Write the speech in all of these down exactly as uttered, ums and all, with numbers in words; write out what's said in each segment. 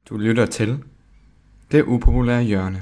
Du lytter til Det Upopulære Hjørne.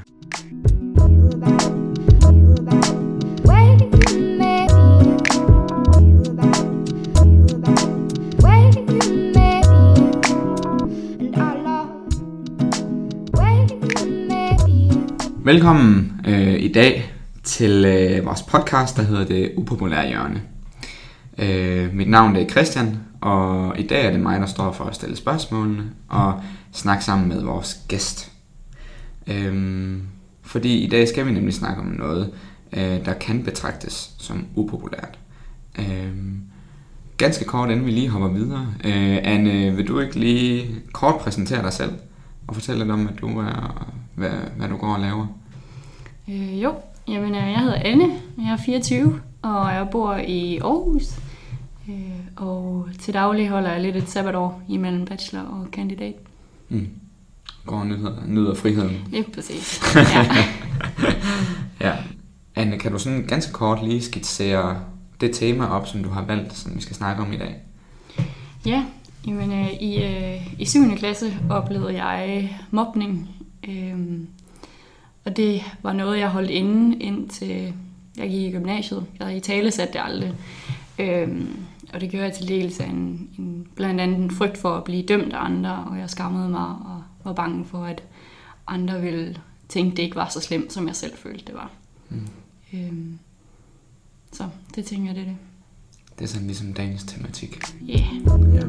Velkommen øh, i dag til øh, vores podcast, der hedder Det Upopulære Hjørne. Øh, mit navn er Christian, og i dag er det mig, der står for at stille spørgsmålene og snakke sammen med vores gæst. Øh, fordi i dag skal vi nemlig snakke om noget, øh, der kan betragtes som upopulært. Øh, ganske kort, inden vi lige hopper videre. Øh, Anne, vil du ikke lige kort præsentere dig selv og fortælle lidt om, at du er, hvad, hvad du går og laver? Øh, jo, Jamen, jeg hedder Anne, jeg er fireogtyve, og jeg bor i Aarhus. Øh, og til daglig holder jeg lidt et sabbatår imellem bachelor og kandidat. Mm. Går og nyder, nyder friheden. Ja, præcis. Ja. Ja. Anne, kan du sådan ganske kort lige skitsere det tema op, som du har valgt, som vi skal snakke om i dag? Ja, jamen, øh, i, øh, i syvende klasse oplevede jeg mobning. Øh, og det var noget, jeg holdt inde, indtil jeg gik i gymnasiet. Jeg havde i tale sat det aldrig. Øh, og det gjorde jeg til dels af en, en, blandt andet en frygt for at blive dømt af andre, og jeg skammede mig og var bange for, at andre ville tænke, det ikke var så slemt, som jeg selv følte, det var. Mm. Øhm, så det tænker jeg, det er det. Det er sådan ligesom dagens tematik. Yeah. Ja.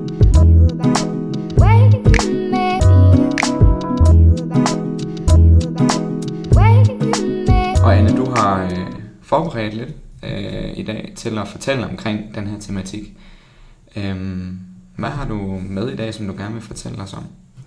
Og Anne, du har øh, forberedt lidt øh, i dag til at fortælle omkring den her tematik. Øhm, hvad har du med i dag, som du gerne vil fortælle os om?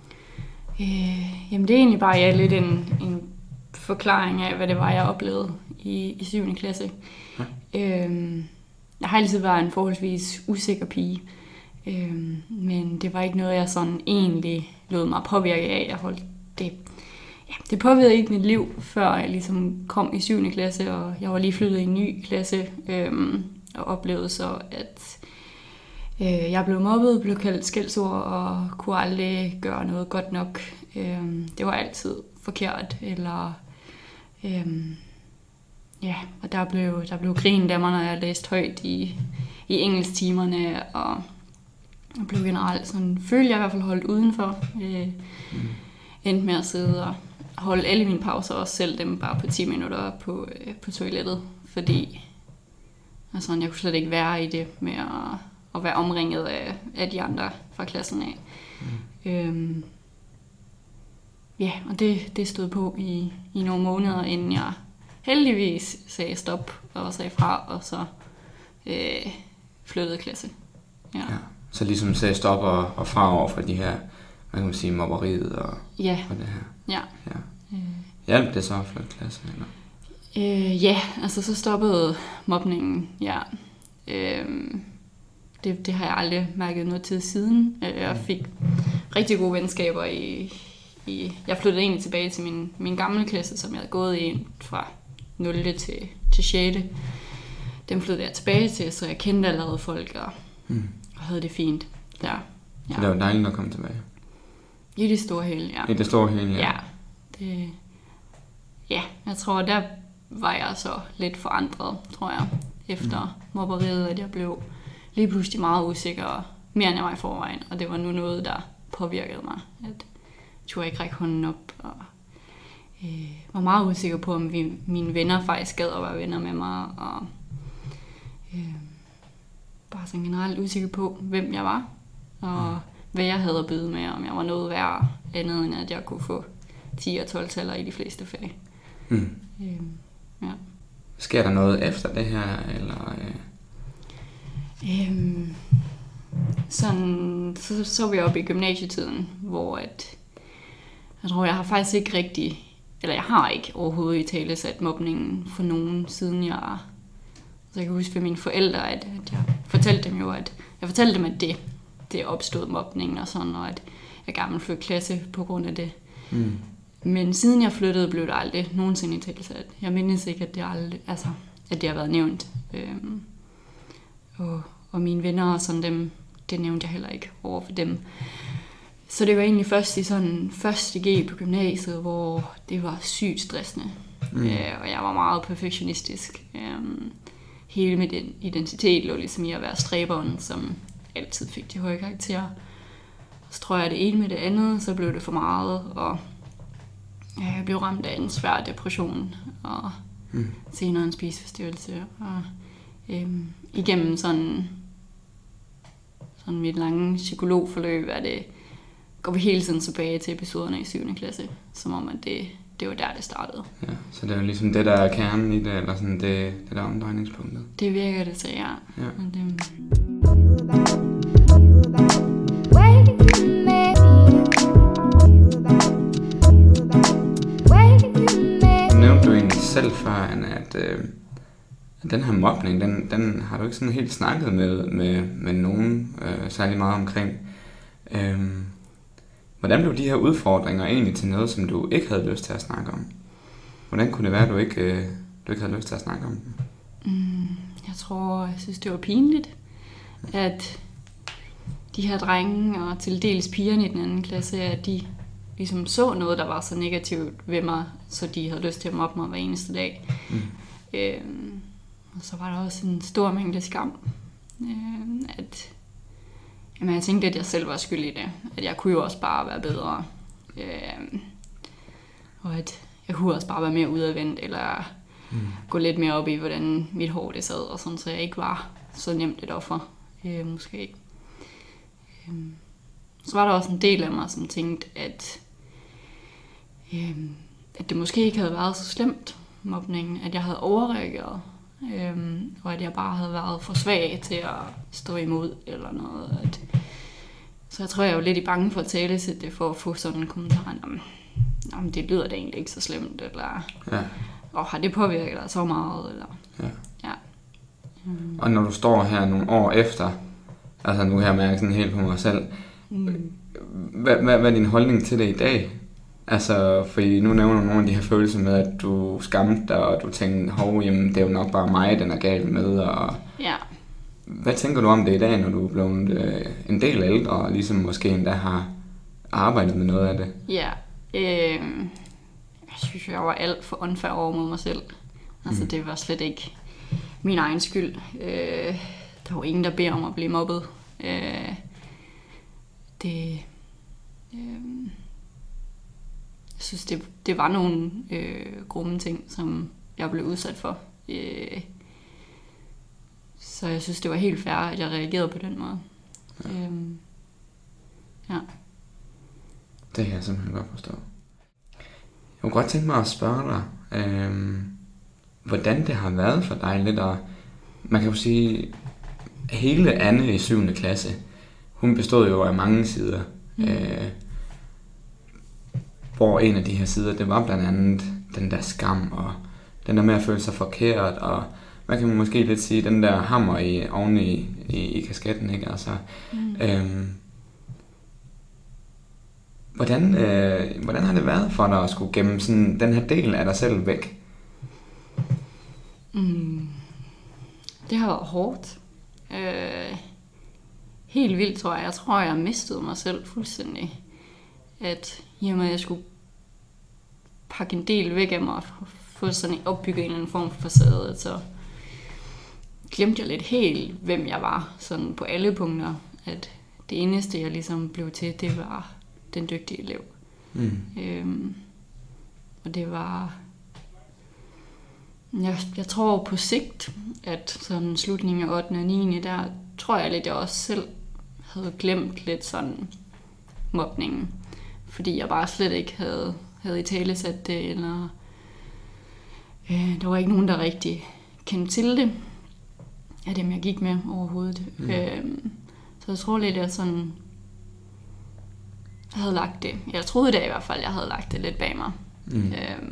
Øh, jamen det er egentlig bare ja, lidt en, en forklaring af, hvad det var, jeg oplevede i, i syvende klasse. Ja. Øh, jeg har altid været en forholdsvis usikker pige, øh, men det var ikke noget, jeg sådan egentlig lod mig påvirke af. Jeg holdt det, ja, det påvirkede ikke mit liv, før jeg ligesom kom i syvende klasse, og jeg var lige flyttet i en ny klasse, øh, og oplevede så, at øh, jeg blev mobbet, blev kaldt skældsord, og kunne aldrig gøre noget godt nok. Øh, det var altid forkert, eller øh, ja, og der blev, der blev grinet af mig, når jeg læste højt i, i engelsktimerne, og jeg blev generelt sådan, følte jeg i hvert fald holdt udenfor. Øh, mm. Endte med at sidde og holde alle mine pauser, også selv dem bare på ti minutter på, øh, på toilettet, fordi altså, jeg kunne slet ikke være i det med at, at være omringet af, af de andre fra klassen af. Mm. Øhm, ja, og det, det stod på i, i nogle måneder, inden jeg heldigvis sagde stop og sagde fra, og så øh, flyttede klasse. Ja. Ja, så ligesom sagde stop og, og fra over for de her, hvad kan man sige, mobberiet og, ja. og det her. Ja. Ja. Øh. Hjalp det så at flytte klasse, eller? Øh, ja, altså så stoppede mobningen, ja. Øh, det, det har jeg aldrig mærket noget til siden. Jeg fik rigtig gode venskaber i... i jeg flyttede egentlig tilbage til min, min gamle klasse, som jeg havde gået i fra nul til, til sjette. Dem flyttede jeg tilbage til, så jeg kendte allerede folk og, mm. og havde det fint der. Ja. Så det var dejligt at komme tilbage? I det store hele, ja. I det store hele, ja. Ja, det, ja, jeg tror, der var jeg så lidt forandret, tror jeg, efter mm. mobberiet, at jeg blev lige pludselig meget usikker, mere end jeg var i forvejen, og det var nu noget, der påvirkede mig, at jeg turde ikke række hånden op, og øh, var meget usikker på, om vi, mine venner faktisk gad at være venner med mig, og øh, bare sådan generelt usikker på, hvem jeg var, og mm. hvad jeg havde at byde med, om jeg var noget værd andet, end at jeg kunne få ti og tolv taller i de fleste fag. Mm. Øhm, ja. Sker der noget efter det her, eller... Øh... Øhm, sådan, så, så var vi oppe i gymnasietiden, hvor at, jeg tror, jeg har faktisk ikke rigtig, eller jeg har ikke overhovedet i tale sat mobningen for nogen, siden jeg, så jeg kan huske ved mine forældre, at, at jeg fortalte dem jo, at jeg fortalte dem, at det, det opstod mobningen og sådan, og at jeg gerne ville flytte klasse på grund af det. Mm. Men siden jeg flyttede, blev det aldrig nogensinde i tilsat. Jeg mindes ikke, at det, aldrig, altså, at det har været nævnt. Øhm, og, og mine venner og sådan dem, det nævnte jeg heller ikke over for dem. Så det var egentlig først i sådan første G på gymnasiet, hvor det var sygt stressende. Mm. Øh, og jeg var meget perfektionistisk. Um, hele min identitet lå ligesom i at være stræberen, som altid fik de høje karakterer. Så tror jeg det ene med det andet, så blev det for meget, og jeg blev ramt af en svær depression, og mm. senere en spiseforstyrrelse. Og øhm, igennem sådan, sådan mit lange psykologforløb, er det, går vi hele tiden tilbage til episoderne i syvende klasse, som om at det, det var der, det startede. Ja, så det er jo ligesom det, der er kernen i det, eller sådan det, det der omdrejningspunktet. Det virker det til, ja. ja. Det, nævnte du egentlig selv før, Anna, at øh, den her mobning, den, den har du ikke sådan helt snakket med, med, med nogen øh, særlig meget omkring. Øh, hvordan blev de her udfordringer egentlig til noget, som du ikke havde lyst til at snakke om? Hvordan kunne det være, at du ikke, øh, du ikke havde lyst til at snakke om dem? Mm, jeg tror, jeg synes, det var pinligt, at de her drenge og til dels pigerne i den anden klasse, at de ligesom så noget, der var så negativt ved mig, så de havde lyst til at mobbe mig hver eneste dag. Mm. Øhm, og så var der også en stor mængde skam. Øhm, at, jamen, jeg tænkte, at jeg selv var skyld i det. At jeg kunne jo også bare være bedre. Øhm, og at jeg kunne også bare være mere udadvendt, eller mm. gå lidt mere op i, hvordan mit hår det sad, og sådan, så jeg ikke var så nemt et offer, øh, måske. Øhm, så var der også en del af mig, som tænkte, at, øhm, at det måske ikke havde været så slemt, mobningen, at jeg havde overreageret, øhm, og at jeg bare havde været for svag til at stå imod, eller noget. At, så jeg tror, jeg var lidt i bange for at tale til det, for at få sådan en kommentar, om det lyder da egentlig ikke så slemt, eller ja. Og har det påvirket dig så meget, eller ja. ja. Mm. Og når du står her nogle år efter, altså nu kan jeg mærke sådan helt på mig selv, mm. hvad, hvad, hvad er din holdning til det i dag? Altså, fordi nu nævner du nogle af de her følelser med, at du skamte dig, og du tænkte, hov, jamen, det er jo nok bare mig, den er galt med, og ja. Hvad tænker du om det i dag, når du er blevet øh, en del ældre, og ligesom måske endda har arbejdet med noget af det? Ja, øh, jeg synes, jeg var alt for unfair over mod mig selv. Altså, mm. det var slet ikke min egen skyld. Øh, der var ingen, der beder om at blive mobbet. Øh, det... Øh, jeg synes, det, det var nogle øh, grumme ting, som jeg blev udsat for. Øh, så jeg synes, det var helt fair, at jeg reagerede på den måde. Ja. Øh, ja. Det kan jeg simpelthen godt forstå. Jeg kunne godt tænke mig at spørge dig, øh, hvordan det har været for dig lidt at, man kan jo sige, hele Anne i syvende klasse, hun bestod jo af mange sider. Mm. Øh, hvor en af de her sider, det var blandt andet den der skam, og den der med at føle sig forkert, og man kan måske lidt sige, den der hammer i, oven i, i, i kasketten, ikke? Altså, mm. øhm, hvordan, øh, hvordan har det været for dig at skulle gemme sådan den her del af dig selv væk? Mm. Det har været hårdt. Øh, helt vildt, tror jeg. Jeg tror, jeg mistede mig selv fuldstændig. At jamen, jeg skulle pakke en del væk af mig og få sådan en opbygget en eller anden form for facade, så glemte jeg lidt helt, hvem jeg var, sådan på alle punkter. At det eneste, jeg ligesom blev til, det var den dygtige elev. Mm. Øhm, og det var... Jeg, jeg tror på sigt, at sådan slutningen af ottende og niende, der tror jeg lidt, jeg også selv havde glemt lidt sådan mobningen. Fordi jeg bare slet ikke havde, havde i tale sat det, eller øh, der var ikke nogen, der rigtig kendte til det, af dem, jeg gik med overhovedet. Mm. Øh, så jeg tror lidt, at jeg sådan havde lagt det. Jeg troede det i hvert fald, jeg havde lagt det lidt bag mig. Mm. Øh,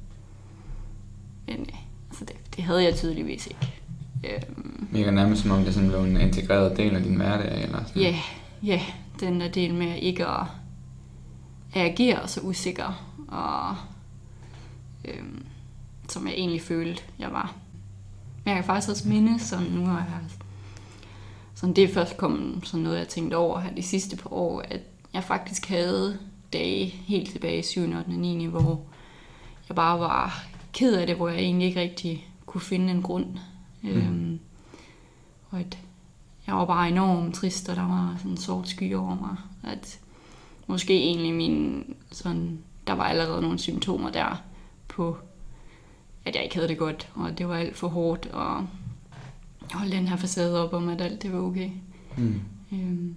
men altså det, det havde jeg tydeligvis ikke. Øh, Virker nærmest som om det sådan blev en integreret del af din hverdag, eller sådan? Ja, yeah, ja, yeah, den der del med ikke at agere så usikker, og øhm, som jeg egentlig følte, jeg var. Men jeg kan faktisk også minde, sådan nu har jeg, sådan det er først kommet sådan noget, jeg tænkte over her de sidste par år, at jeg faktisk havde dage helt tilbage i syvende, ottende og niende hvor jeg bare var ked af det, hvor jeg egentlig ikke rigtig kunne finde en grund. Mm. Øhm, og at jeg var bare enormt trist, og der var sådan en sort sky over mig. At måske egentlig min, sådan, der var allerede nogle symptomer der på, at jeg ikke havde det godt, og det var alt for hårdt, og holde den her facade op om, at alt det var okay. Mm. Øhm.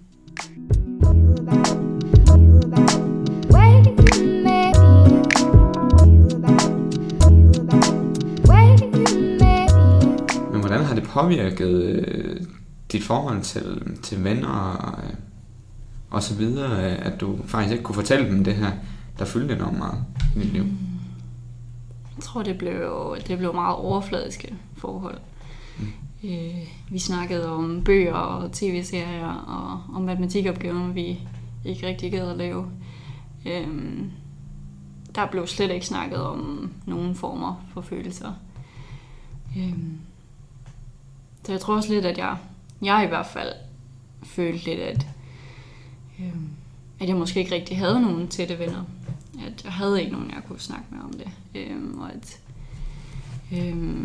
Men hvordan har det påvirket øh, dit forhold til, til venner og, og så videre, at du faktisk ikke kunne fortælle dem det her, der fyldte enormt meget i dit liv? Jeg tror, det blev, det blev meget overfladiske forhold. Mm. Øh, vi snakkede om bøger og tv-serier og om matematikopgaver, vi ikke rigtig gad at lave. Øh, der blev slet ikke snakket om nogen former for følelser. Øh, så jeg tror også lidt, at jeg, jeg i hvert fald følte lidt, at, øh, at jeg måske ikke rigtig havde nogen tætte venner. At jeg havde ikke nogen, jeg kunne snakke med om det. Øh, og at, øh,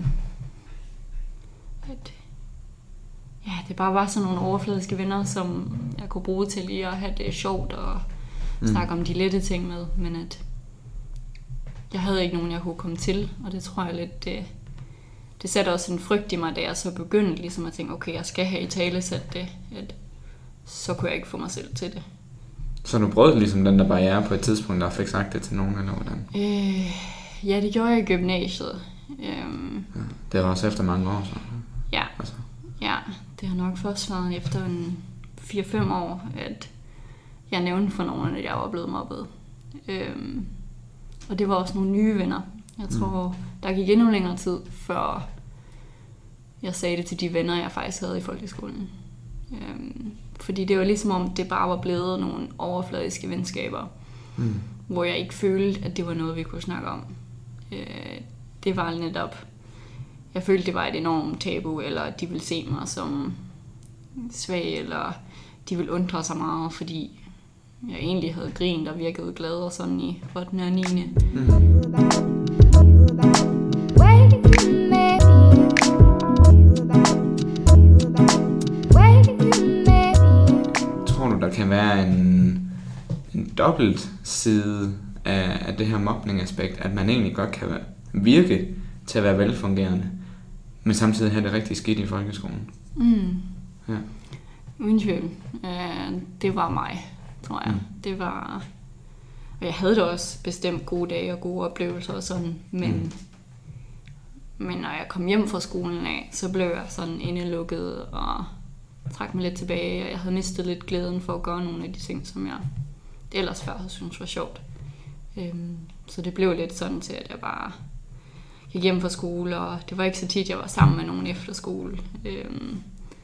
at ja, det bare var sådan nogle overfladiske venner, som jeg kunne bruge til lige at have det sjovt og mm. snakke om de lette ting med, men at jeg havde ikke nogen, jeg kunne komme til, og det tror jeg lidt, det, det satte også en frygt i mig, da jeg så begyndte ligesom at tænke, okay, jeg skal have i tale sat det, at så kunne jeg ikke få mig selv til det. Så du brød ligesom den der barriere på et tidspunkt, der fik sagt det til nogen, eller hvordan? Øh, ja, det gjorde jeg i gymnasiet. Øhm, ja, det var også efter mange år, så? Ja, altså. Ja, det har nok først været efter en fire fem år, at jeg nævnte for nogen, at jeg var blevet mobbet. Øhm, og det var også nogle nye venner. Jeg tror, mm. der gik endnu længere tid, før jeg sagde det til de venner, jeg faktisk havde i folkeskolen. Øhm, fordi det var ligesom om, det bare var blevet nogle overfladiske venskaber, mm. hvor jeg ikke følte, at det var noget, vi kunne snakke om. Øh, det var netop... Jeg følte, det var et enormt tabu, eller at de ville se mig som svag, eller de ville undre sig meget, fordi jeg egentlig havde grint og virkede glad og sådan i ottende og niende Mm. Tror du, der kan være en, en dobbelt side af, af det her mobning-aspekt, at man egentlig godt kan virke til at være velfungerende, men samtidig have det rigtig skidt i folkeskolen? Mm. Ja. Uden tvivl. Uh, det var mig, tror jeg. Mm. Det var... Og jeg havde da også bestemt gode dage og gode oplevelser og sådan, men... Mm. Men når jeg kom hjem fra skolen af, så blev jeg sådan indelukket og trak mig lidt tilbage, og jeg havde mistet lidt glæden for at gøre nogle af de ting, som jeg ellers før havde syntes var sjovt. Um, så det blev lidt sådan til, at jeg bare... gik hjem fra skole, og det var ikke så tit, jeg var sammen med nogen efter skole. Øhm,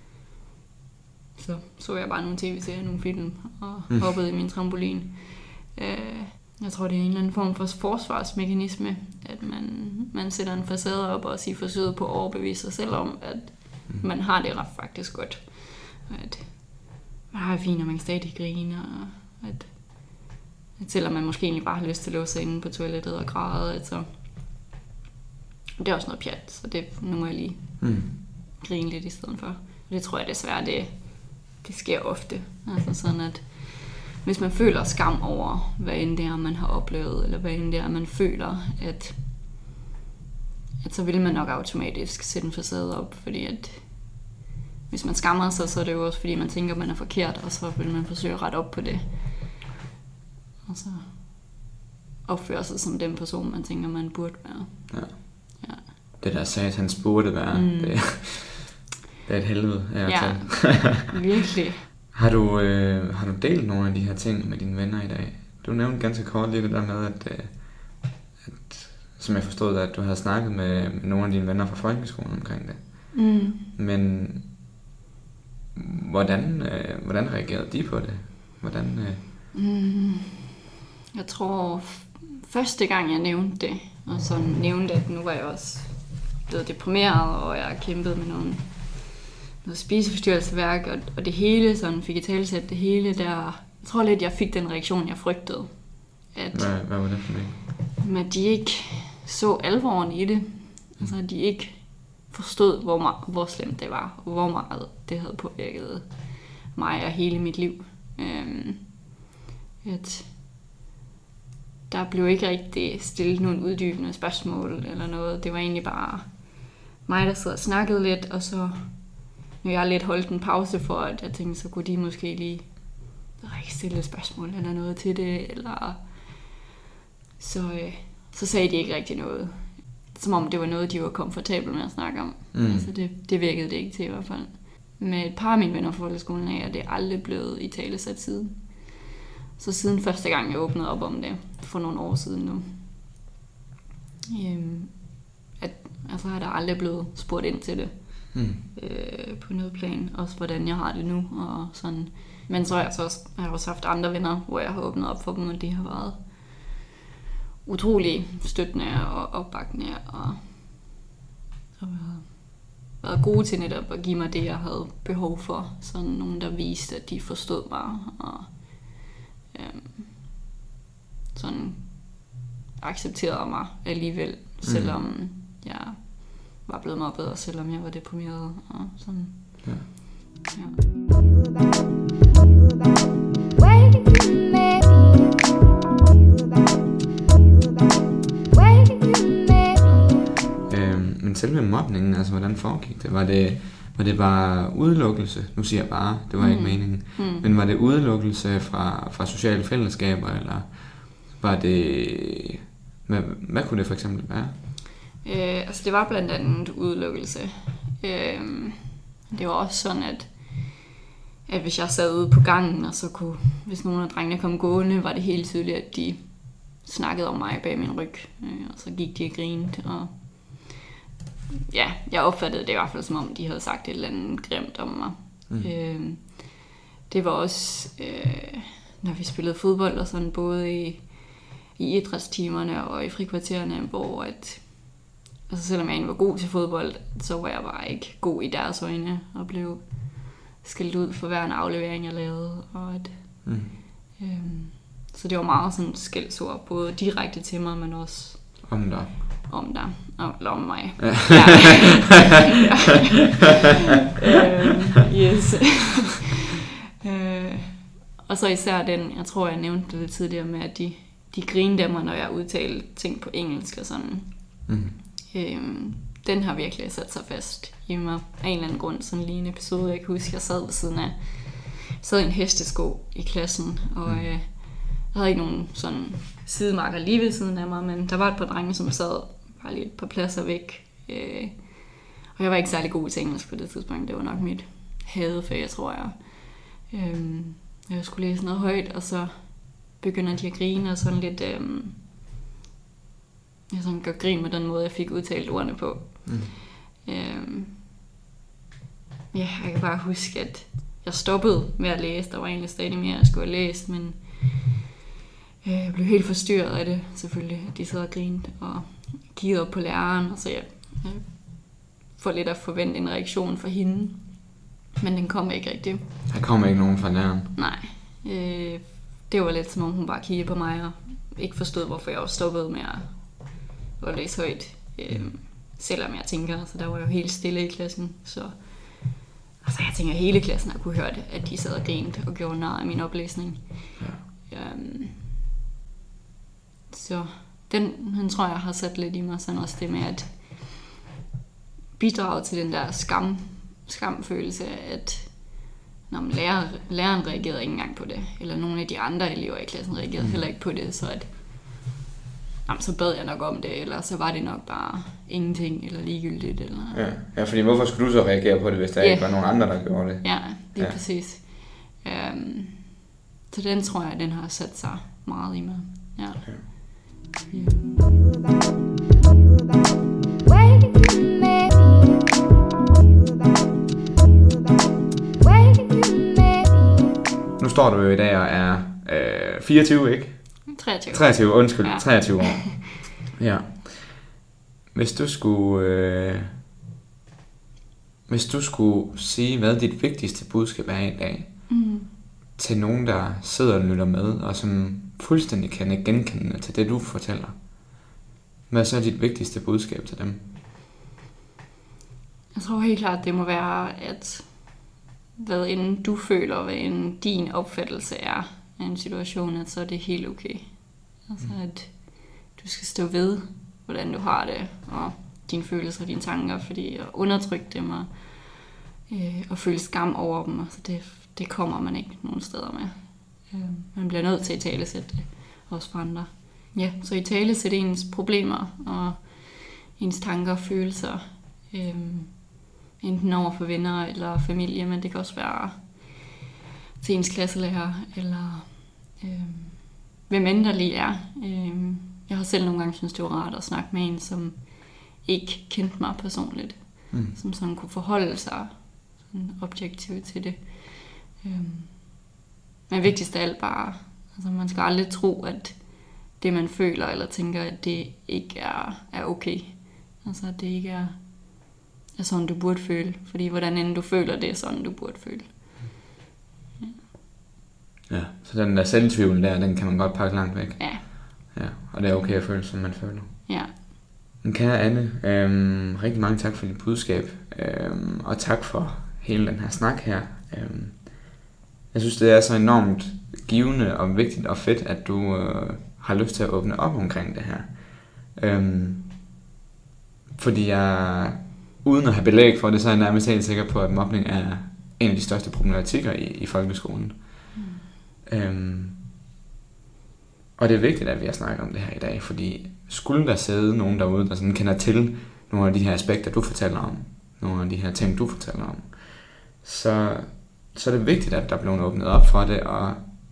så så jeg bare nogle tv-serier, nogle film, og mm. hoppede i min trampolin. Øh, jeg tror, det er en eller anden form for forsvarsmekanisme, at man, man sætter en facade op og siger forsøget på at overbevise sig selv om, at mm. man har det ret faktisk godt. At man har det fint, og man kan stadig grine, og at, at selvom man måske egentlig bare har lyst til at låse sig inde på toilettet og græde, at så det er også noget pjat, så det, nu må jeg lige mm. grine lidt i stedet for. Og det tror jeg desværre, det, det sker ofte. Altså sådan, at hvis man føler skam over, hvad end det er, man har oplevet, eller hvad end det er, man føler, at, at så vil man nok automatisk sætte en facade op, fordi at hvis man skammer sig, så er det jo også, fordi man tænker, at man er forkert, og så vil man forsøge at rette op på det. Og så opføre sig som den person, man tænker, man burde være. Ja. Ja. Det der satans burde være, mm. det, det er et helvede af at ja, tage. Virkelig. Har du, øh, har du delt nogle af de her ting med dine venner i dag? Du nævnte ganske kort lige det der med, at, øh, at som jeg forstod, at du havde snakket med, med nogle af dine venner fra folkeskolen omkring det. Mm. Men hvordan, øh, hvordan reagerede de på det? Hvordan, øh... mm. Jeg tror, første gang jeg nævnte det, og så nævnte, at nu var jeg også blevet deprimeret, og jeg kæmpede med nogle, noget spiseforstyrrelsesværk, og, og det hele, sådan fik jeg talsæt det hele der Jeg tror lidt, jeg fik den reaktion, jeg frygtede. At, hvad, hvad var det for det? At de ikke så alvoren i det. Altså, at de ikke forstod, hvor, meget, hvor slemt det var, og hvor meget det havde påvirket mig og hele mit liv. Øhm, at der blev ikke rigtig stillet nogle uddybende spørgsmål eller noget. Det var egentlig bare mig, der sad og snakkede lidt, og så nu jeg lidt holdt en pause for, at jeg tænkte, så kunne de måske lige stille et spørgsmål eller noget til det, eller så, øh, så sagde de ikke rigtig noget. Som om det var noget, de var komfortable med at snakke om. Mm. Altså det, det virkede det ikke til i hvert fald. Med et par af mine venner fra folkeskolen af, er det aldrig blevet i tale sat siden. Så siden første gang, jeg åbnede op om det, for nogle år siden nu, øhm, at, altså har der aldrig blevet spurgt ind til det. Mm. Øh, på noget plan. Også hvordan jeg har det nu. Og sådan. Men så har jeg, så også, jeg har også haft andre venner, hvor jeg har åbnet op for dem, og de har været utrolig støttende og opbakkende, og har været, været gode til netop at give mig det, jeg havde behov for. Sådan nogen, der viste, at de forstod mig, og øhm, sådan accepterede mig alligevel, selvom mm. jeg var blevet mobbet, og selvom jeg var deprimeret, og sådan. Ja. Ja. Øhm, men selve mobningen, altså hvordan foregik det? Var det, var det bare udelukkelse? Nu siger jeg bare, det var mm. ikke meningen. Mm. Men var det udelukkelse fra, fra sociale fællesskaber, eller var det... Hvad, hvad kunne det for eksempel være? Øh, altså det var blandt andet udelukkelse. Øh, det var også sådan, at, at hvis jeg sad ude på gangen, og så kunne, hvis nogle af drengene kom gående, var det helt tydeligt, at de snakkede om mig bag min ryg. Øh, og så gik de og grinede, og ja, jeg opfattede det i hvert fald som om, de havde sagt et eller andet grimt om mig. Mm. Øh, det var også, øh, når vi spillede fodbold og sådan, både i, i idrætstimerne og i frikvartererne, hvor at, altså selvom jeg egentlig var god til fodbold, så var jeg bare ikke god i deres øjne, og blev skældt ud for hver en aflevering, jeg lavede. Og at, mm. øh, så det var meget sådan skældsord, både direkte til mig, men også om dig. Om dig. Eller om mig. Ja. ja. øhm, yes. øh, og så især den, jeg tror, jeg nævnte det lidt tidligere med, at de, de grinede af mig, når jeg udtalte ting på engelsk og sådan. Mm. Øhm, den har virkelig sat sig fast i mig af en eller anden grund. Sådan lige en episode, jeg kan huske, jeg sad ved siden af, sad i en hestesko i klassen, og mm. øh, jeg havde ikke nogen sådan sidemarker lige ved siden af mig, men der var et par drenge, som sad bare lige et par pladser væk. Øh, og jeg var ikke særlig god til engelsk på det tidspunkt. Det var nok mit hadefag, tror jeg. Øh, jeg skulle læse noget højt, og så begynder de at grine, og sådan lidt... Øh, jeg sådan gør grin med den måde, jeg fik udtalt ordene på. Mm. Øh, ja, jeg kan bare huske, at jeg stoppede med at læse. Der var egentlig stadig mere, jeg skulle have læst, men jeg blev helt forstyrret af det, selvfølgelig. De sad og grinede og kiggede op på læreren, og så jeg, jeg får lidt at forvente en reaktion fra hende. Men den kom ikke rigtig. Der kom ikke nogen fra læreren? Nej. Øh, det var lidt som om hun bare kiggede på mig og ikke forstod, hvorfor jeg var stoppet med at, at læse højt. Øh, mm. Selvom jeg tænker, så der var jo helt stille i klassen. Så altså, jeg tænker, at hele klassen har kunne høre det, at de sad og grinede og gjorde nar af min oplæsning. Ja. Øh, Så den, den tror jeg har sat lidt i mig, sådan også det med at bidrage til den der skam, skamfølelse, at når man lærer, læreren reagerede ikke engang på det, eller nogle af de andre elever i klassen reagerede heller ikke på det, så at jamen, så bad jeg nok om det, eller så var det nok bare ingenting, eller ligegyldigt. Eller... Ja. ja, fordi hvorfor skulle du så reagere på det, hvis der yeah. ikke var nogen andre, der gjorde det? Ja, det er ja. præcis. Um, så den tror jeg, den har sat sig meget i mig. Ja. Okay. Yeah. Nu står du jo i dag og er øh, fireogtyve, ikke? treogtyve. treogtyve, undskyld, ja. treogtyve år. Ja. Hvis du skulle øh, hvis du skulle sige, hvad dit vigtigste budskab er i dag, mm. til nogen, der sidder og lytter med, og som fuldstændig kan genkende til det, du fortæller? Hvad er så dit vigtigste budskab til dem? Jeg tror helt klart, det må være, at hvad end du føler, hvad end din opfattelse er af en situation, at så er det helt okay. Altså at du skal stå ved, hvordan du har det, og dine følelser og dine tanker, fordi at undertrykke dem og, øh, og føle skam over dem, altså det, det kommer man ikke nogen steder med. Øh, man bliver nødt til at italesætte det, også for andre. Ja, så italesætte ens problemer og ens tanker og følelser, øh, enten over for venner eller familie, men det kan også være til ens klasselærer, eller øh, hvem end der lige er. Øh, jeg har selv nogle gange synes det var rart at snakke med en, som ikke kendte mig personligt, mm. som sådan kunne forholde sig sådan objektivt til det. Øh, men vigtigst af alt bare, altså man skal aldrig tro, at det man føler eller tænker, at det ikke er, er okay. Altså at det ikke er er sådan, du burde føle. Fordi hvordan end du føler, det er sådan, du burde føle. Ja, ja, så den der selvtvivl der, den kan man godt pakke langt væk. Ja. Ja, og det er okay at føle, som man føler. Ja. Men kære Anne, øhm, rigtig mange tak for dit budskab. Øhm, og tak for hele den her snak her. Øhm, jeg synes, det er så enormt givende og vigtigt og fedt, at du øh, har lyst til at åbne op omkring det her. Øhm, fordi jeg... Uden at have belæg for det, så er jeg nærmest helt sikker på, at mobning er en af de største problematikker i, i folkeskolen. Mm. Øhm, og det er vigtigt, at vi har snakket om det her i dag, fordi skulle der sidde nogen derude, der sådan kender til nogle af de her aspekter, du fortæller om, nogle af de her ting, du fortæller om, så, så er det vigtigt, at der bliver åbnet op for det, og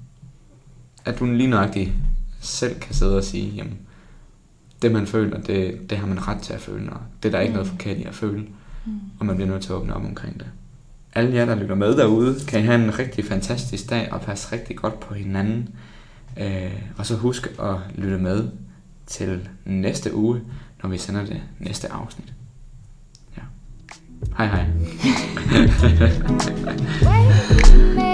at du lige nøjagtigt selv kan sidde og sige, jamen, det man føler, det, det har man ret til at føle, og det er der ikke mm. noget forkert i at føle, mm. og man bliver nødt til at åbne op omkring det. Alle jer, der lytter med derude, kan I have en rigtig fantastisk dag, og passe rigtig godt på hinanden. Øh, og så husk at lytte med til næste uge, når vi sender det næste afsnit. Ja. Hej hej.